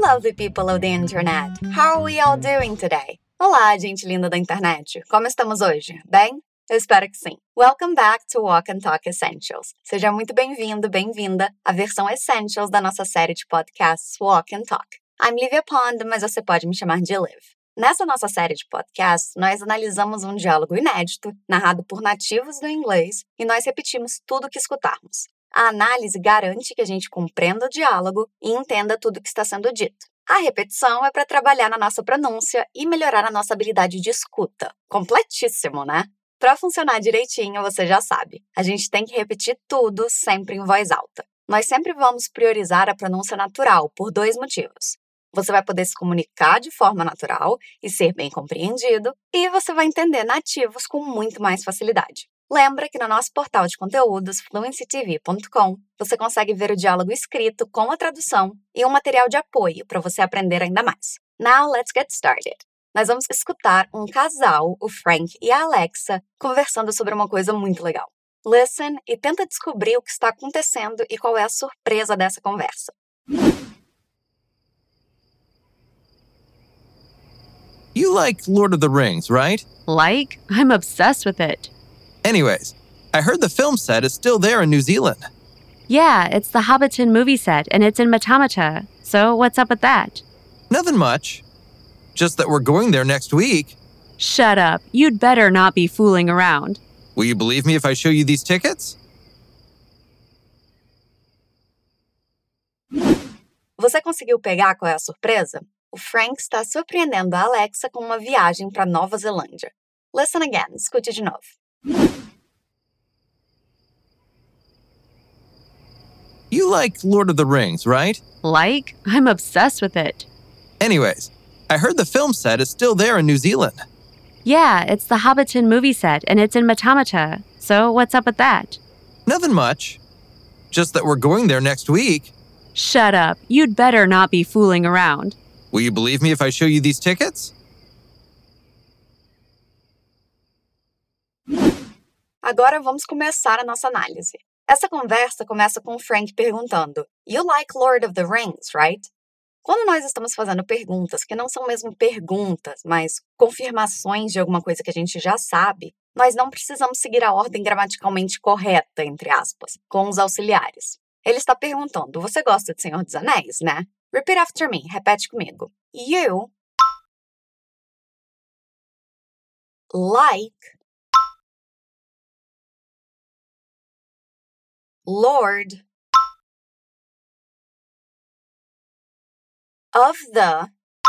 lovely people of the internet! How are we all doing today? Olá, gente linda da internet! Como estamos hoje? Bem? Eu espero que sim. Welcome back to Walk and Talk Essentials. Seja muito bem-vindo, bem-vinda à versão Essentials da nossa série de podcasts Walk and Talk. I'm Livia Pond, mas você pode me chamar de Liv. Nessa nossa série de podcasts, nós analisamos um diálogo inédito, narrado por nativos do inglês, e nós repetimos tudo o que escutarmos. A análise garante que a gente compreenda o diálogo e entenda tudo o que está sendo dito. A repetição é para trabalhar na nossa pronúncia e melhorar a nossa habilidade de escuta. Completíssimo, né? Para funcionar direitinho, você já sabe, a gente tem que repetir tudo sempre em voz alta. Nós sempre vamos priorizar a pronúncia natural por dois motivos. Você vai poder se comunicar de forma natural e ser bem compreendido, e você vai entender nativos com muito mais facilidade. Lembra que no nosso portal de conteúdos, fluencytv.com, você consegue ver o diálogo escrito com a tradução e um material de apoio para você aprender ainda mais. Now, let's get started. Nós vamos escutar um casal, o Frank e a Alexa, conversando sobre uma coisa muito legal. Listen e tenta descobrir o que está acontecendo e qual é a surpresa dessa conversa. You like Lord of the Rings, right? Like? I'm obsessed with it. Anyways, I heard the film set is still there in New Zealand. Yeah, it's the Hobbiton movie set, and it's in Matamata. So what's up with that? Nothing much. Just that we're going there next week. Shut up. You'd better not be fooling around. Will you believe me if I show you these tickets? Você conseguiu pegar qual é a surpresa? O Frank está surpreendendo a Alexa com uma viagem para Nova Zelândia. Listen again, escute de novo. You like Lord of the Rings, right? Like? I'm obsessed with it. Anyways, I heard the film set is still there in New Zealand. Yeah, it's the Hobbiton movie set, and it's in Matamata. So what's up with that? Nothing much. Just that we're going there next week. Shut up. You'd better not be fooling around. Will you believe me if I show you these tickets? Agora vamos começar a nossa análise. Essa conversa começa com o Frank perguntando: You like Lord of the Rings, right? Quando nós estamos fazendo perguntas que não são mesmo perguntas, mas confirmações de alguma coisa que a gente já sabe, nós não precisamos seguir a ordem gramaticalmente correta, entre aspas, com os auxiliares. Ele está perguntando: Você gosta de Senhor dos Anéis, né? Repeat after me, repete comigo. You like Lord of the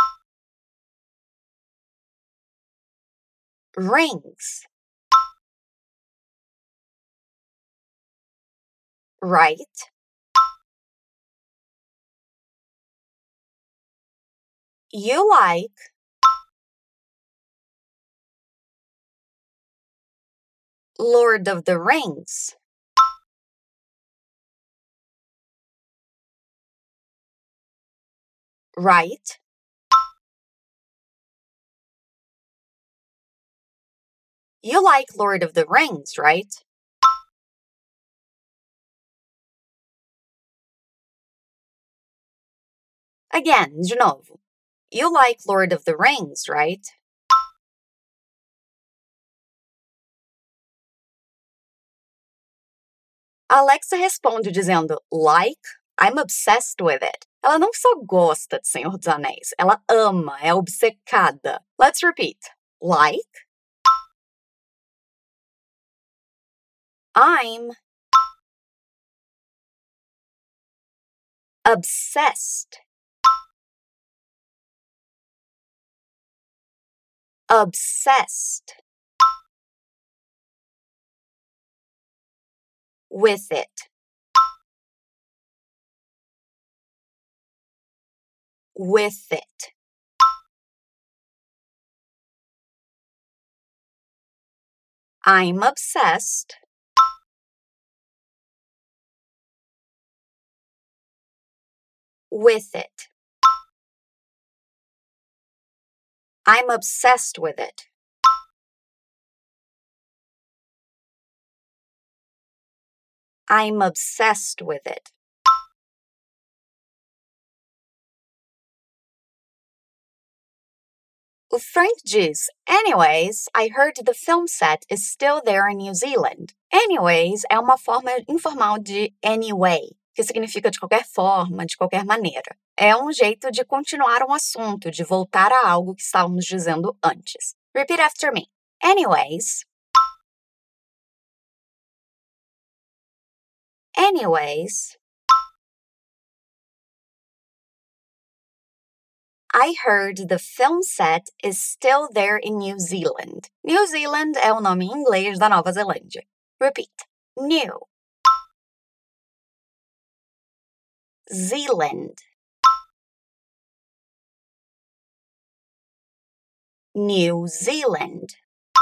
Rings, right? You like Lord of the Rings, right? You like Lord of the Rings, right? Again, de novo. You like Lord of the Rings, right? A Alexa responde dizendo, like, I'm obsessed with it. Ela não só gosta de Senhor dos Anéis, ela ama, é obcecada. Let's repeat. Like, I'm obsessed. Obsessed with it. With it. I'm obsessed with it. I'm obsessed with it. I'm obsessed with it. O Frank diz, anyways, I heard the film set is still there in New Zealand. Anyways é uma forma informal de anyway, que significa de qualquer forma, de qualquer maneira. É um jeito de continuar um assunto, de voltar a algo que estávamos dizendo antes. Repeat after me. Anyways. Anyways. I heard the film set is still there in New Zealand. New Zealand é o nome em inglês da Nova Zelândia. Repeat. New Zealand. New Zealand.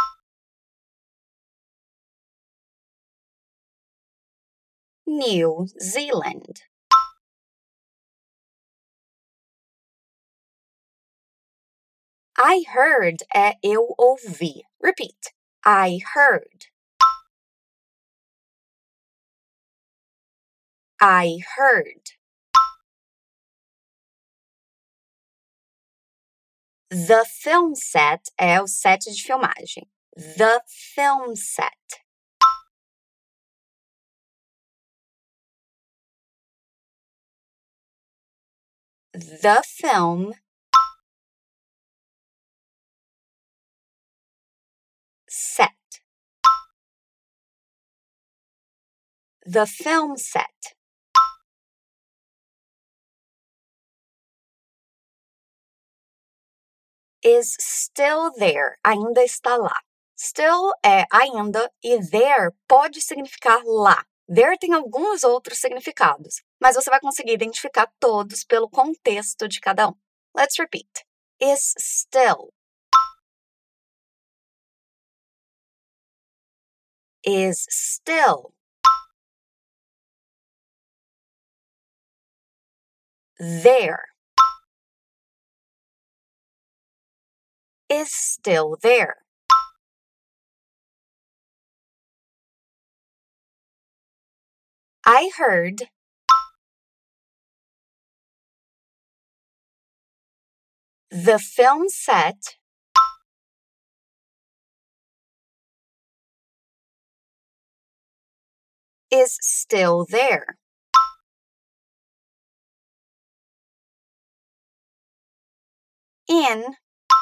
New Zealand. I heard é eu ouvi. Repeat. I heard. I heard. The film set é o set de filmagem. The film set. The film set. The film set. Is still there. Ainda está lá. Still é ainda e there pode significar lá. There tem alguns outros significados, mas você vai conseguir identificar todos pelo contexto de cada um. Let's repeat. Is still. Is still. There. Is still there. I heard the film set is still there. In.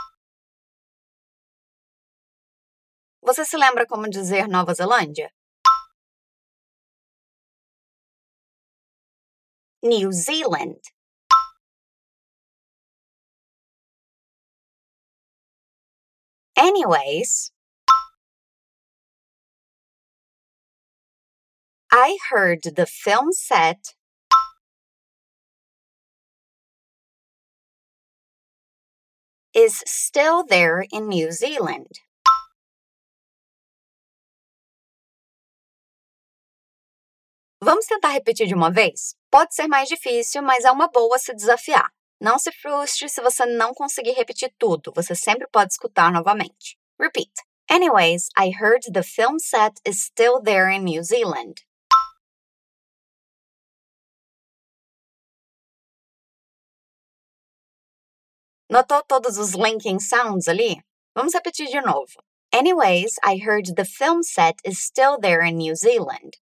Você se lembra como dizer Nova Zelândia? New Zealand. Anyways, I heard the film set is still there in New Zealand. Vamos tentar repetir de uma vez? Pode ser mais difícil, mas é uma boa se desafiar. Não se frustre se você não conseguir repetir tudo, você sempre pode escutar novamente. Repeat. Anyways, I heard the film set is still there in New Zealand. Notou todos os linking sounds ali? Vamos repetir de novo. Anyways, I heard the film set is still there in New Zealand.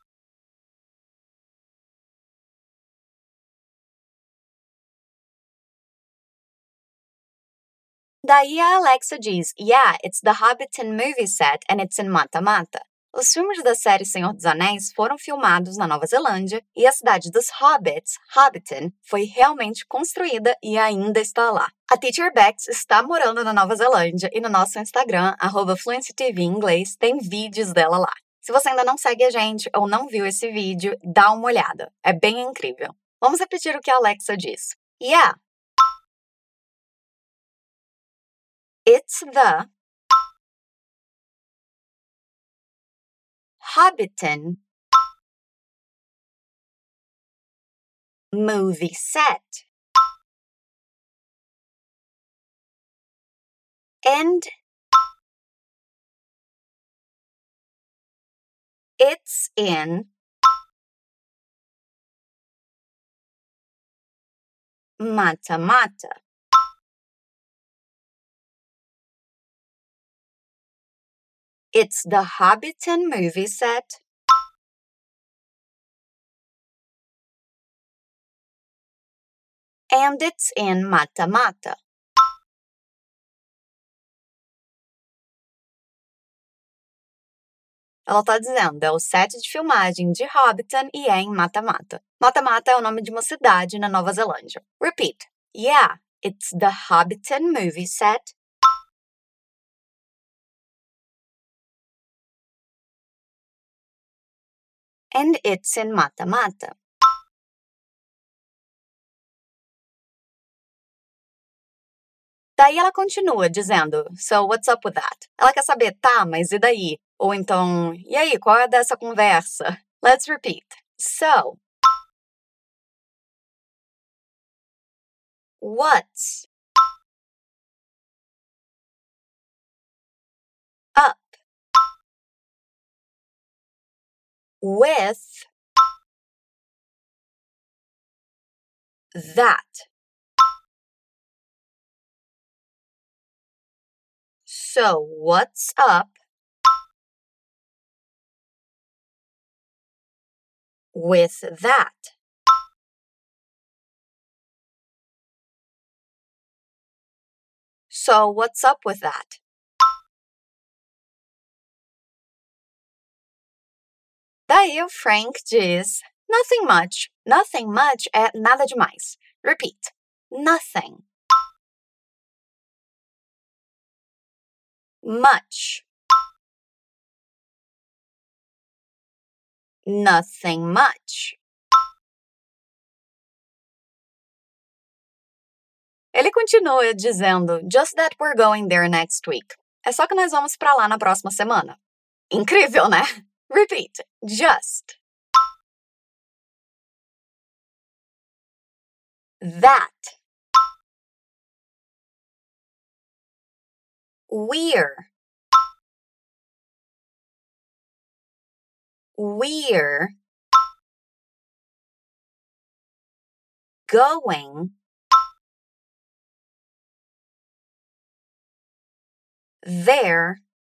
Daí a Alexa diz, yeah, it's the Hobbiton movie set and it's in Mata Mata. Os filmes da série Senhor dos Anéis foram filmados na Nova Zelândia e a cidade dos Hobbits, Hobbiton, foi realmente construída e ainda está lá. A Teacher Bex está morando na Nova Zelândia e no nosso Instagram, @FluencyTV em inglês, tem vídeos dela lá. Se você ainda não segue a gente ou não viu esse vídeo, dá uma olhada. É bem incrível. Vamos repetir o que a Alexa diz. Yeah. It's the Hobbiton movie set. And it's in Mata Mata. It's the Hobbiton movie set. And it's in Mata Mata. Ela tá dizendo, é o set de filmagem de Hobbiton e é em Mata Mata. Mata Mata é o nome de uma cidade na Nova Zelândia. Repeat. Yeah, it's the Hobbiton movie set. And it's in Mata Mata. Daí ela continua dizendo, so what's up with that? Ela quer saber, tá, mas e daí? Ou então, e aí, qual é dessa conversa? Let's repeat. So, what's up with that? So, what's up with that? So, what's up with that? Daí o Frank diz, nothing much. Nothing much é nada demais. Repeat. Nothing. Much. Nothing much. Ele continua dizendo, just that we're going there next week. É só que nós vamos pra lá na próxima semana. Incrível, né? Repeat. Just. That. We're. We're. Going. There.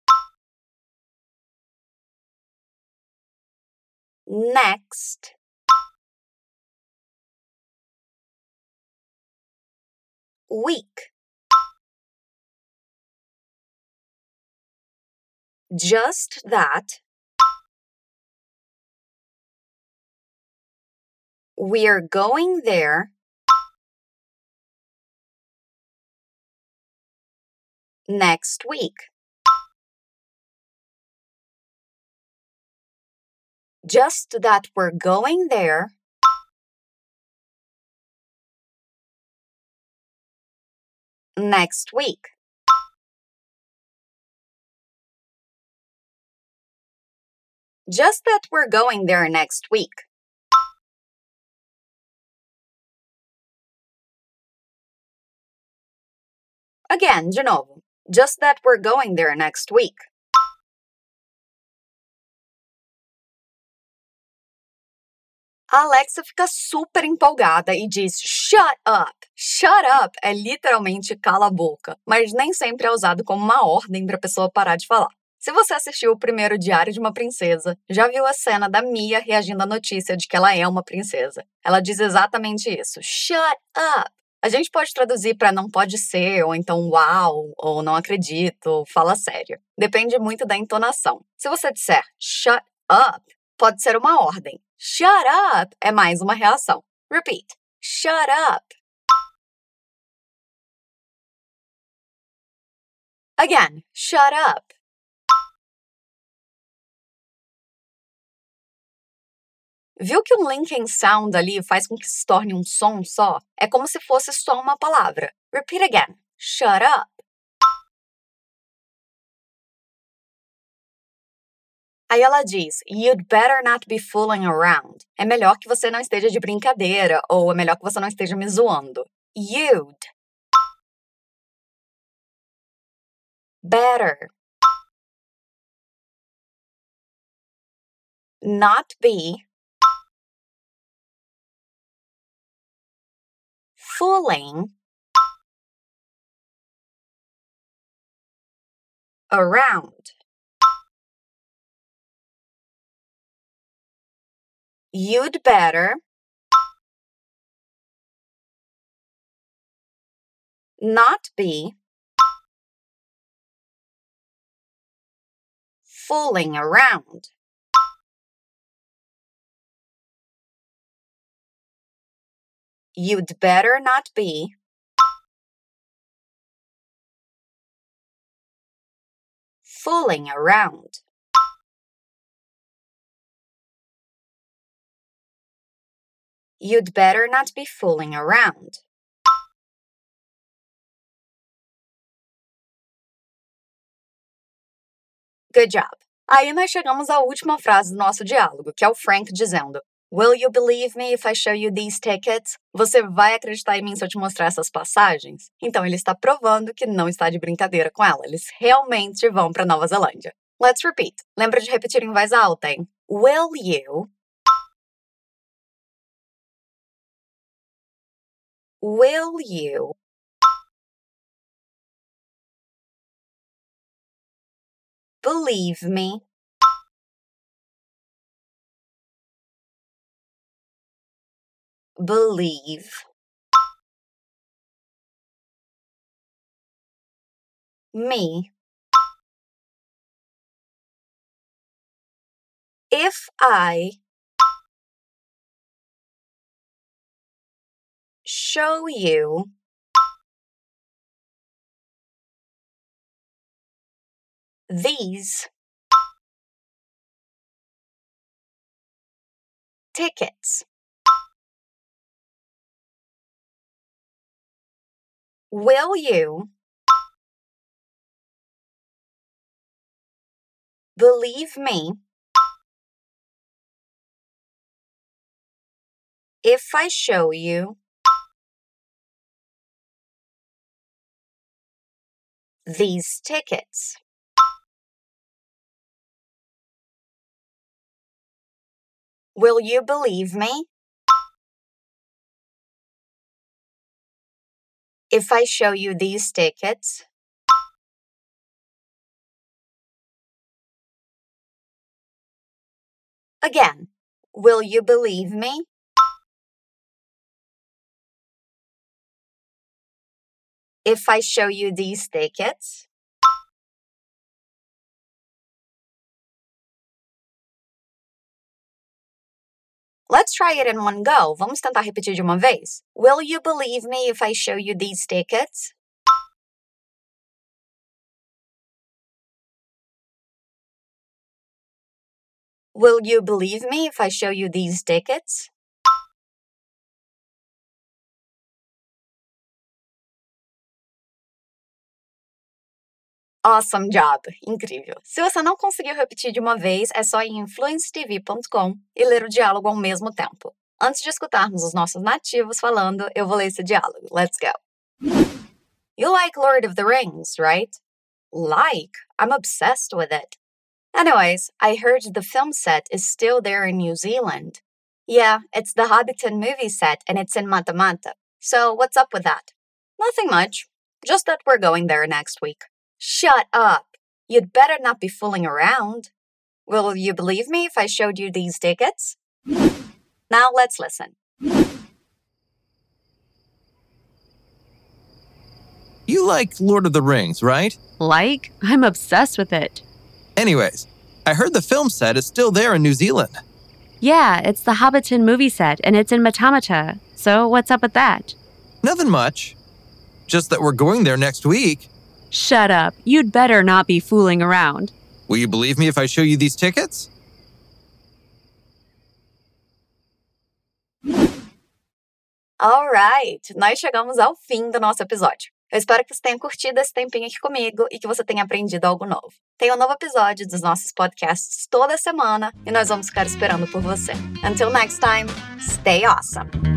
Next. Week. Just that. We're going there. Next week. Just that we're going there. Next week. Just that we're going there next week. Again, de novo. Just that we're going there next week. A Alexa fica super empolgada e diz shut up. Shut up é literalmente cala a boca, mas nem sempre é usado como uma ordem para a pessoa parar de falar. Se você assistiu o primeiro Diário de uma Princesa, já viu a cena da Mia reagindo à notícia de que ela é uma princesa. Ela diz exatamente isso, shut up. A gente pode traduzir para não pode ser, ou então uau, ou não acredito, ou fala sério. Depende muito da entonação. Se você disser shut up, pode ser uma ordem. Shut up é mais uma reação. Repeat. Shut up. Again. Shut up. Viu que um linking sound ali faz com que se torne um som só? É como se fosse só uma palavra. Repeat again. Shut up. Aí ela diz, you'd better not be fooling around. É melhor que você não esteja de brincadeira, ou é melhor que você não esteja me zoando. You'd. Better. Not be. Fooling. Around. You'd better not be fooling around. You'd better not be fooling around. You'd better not be fooling around. Good job. Aí nós chegamos à última frase do nosso diálogo, que é o Frank dizendo: Will you believe me if I show you these tickets? Você vai acreditar em mim se eu te mostrar essas passagens? Então ele está provando que não está de brincadeira com ela. Eles realmente vão para Nova Zelândia. Let's repeat. Lembra de repetir em voz alta, hein? Will you believe me if I show you these tickets? Will you believe me if I show you these tickets? Will you believe me if I show you these tickets? Again, will you believe me if I show you these tickets? Let's try it in one go. Vamos tentar repetir de uma vez. Will you believe me if I show you these tickets? Will you believe me if I show you these tickets? Awesome job! Incrível! Se você não conseguiu repetir de uma vez, é só ir em influencetv.com e ler o diálogo ao mesmo tempo. Antes de escutarmos os nossos nativos falando, eu vou ler esse diálogo. Let's go! You like Lord of the Rings, right? Like? I'm obsessed with it. Anyways, I heard the film set is still there in New Zealand. Yeah, it's the Hobbiton movie set and it's in Mata Mata. So what's up with that? Nothing much. Just that we're going there next week. Shut up! You'd better not be fooling around. Will you believe me if I showed you these tickets? Now let's listen. You like Lord of the Rings, right? Like? I'm obsessed with it. Anyways, I heard the film set is still there in New Zealand. Yeah, it's the Hobbiton movie set, and it's in Matamata. So what's up with that? Nothing much. Just that we're going there next week. Shut up. You'd better not be fooling around. Will you believe me if I show you these tickets? Alright, nós chegamos ao fim do nosso episódio. Eu espero que você tenha curtido esse tempinho aqui comigo e que você tenha aprendido algo novo. Tem um novo episódio dos nossos podcasts toda semana e nós vamos ficar esperando por você. Until next time, stay awesome!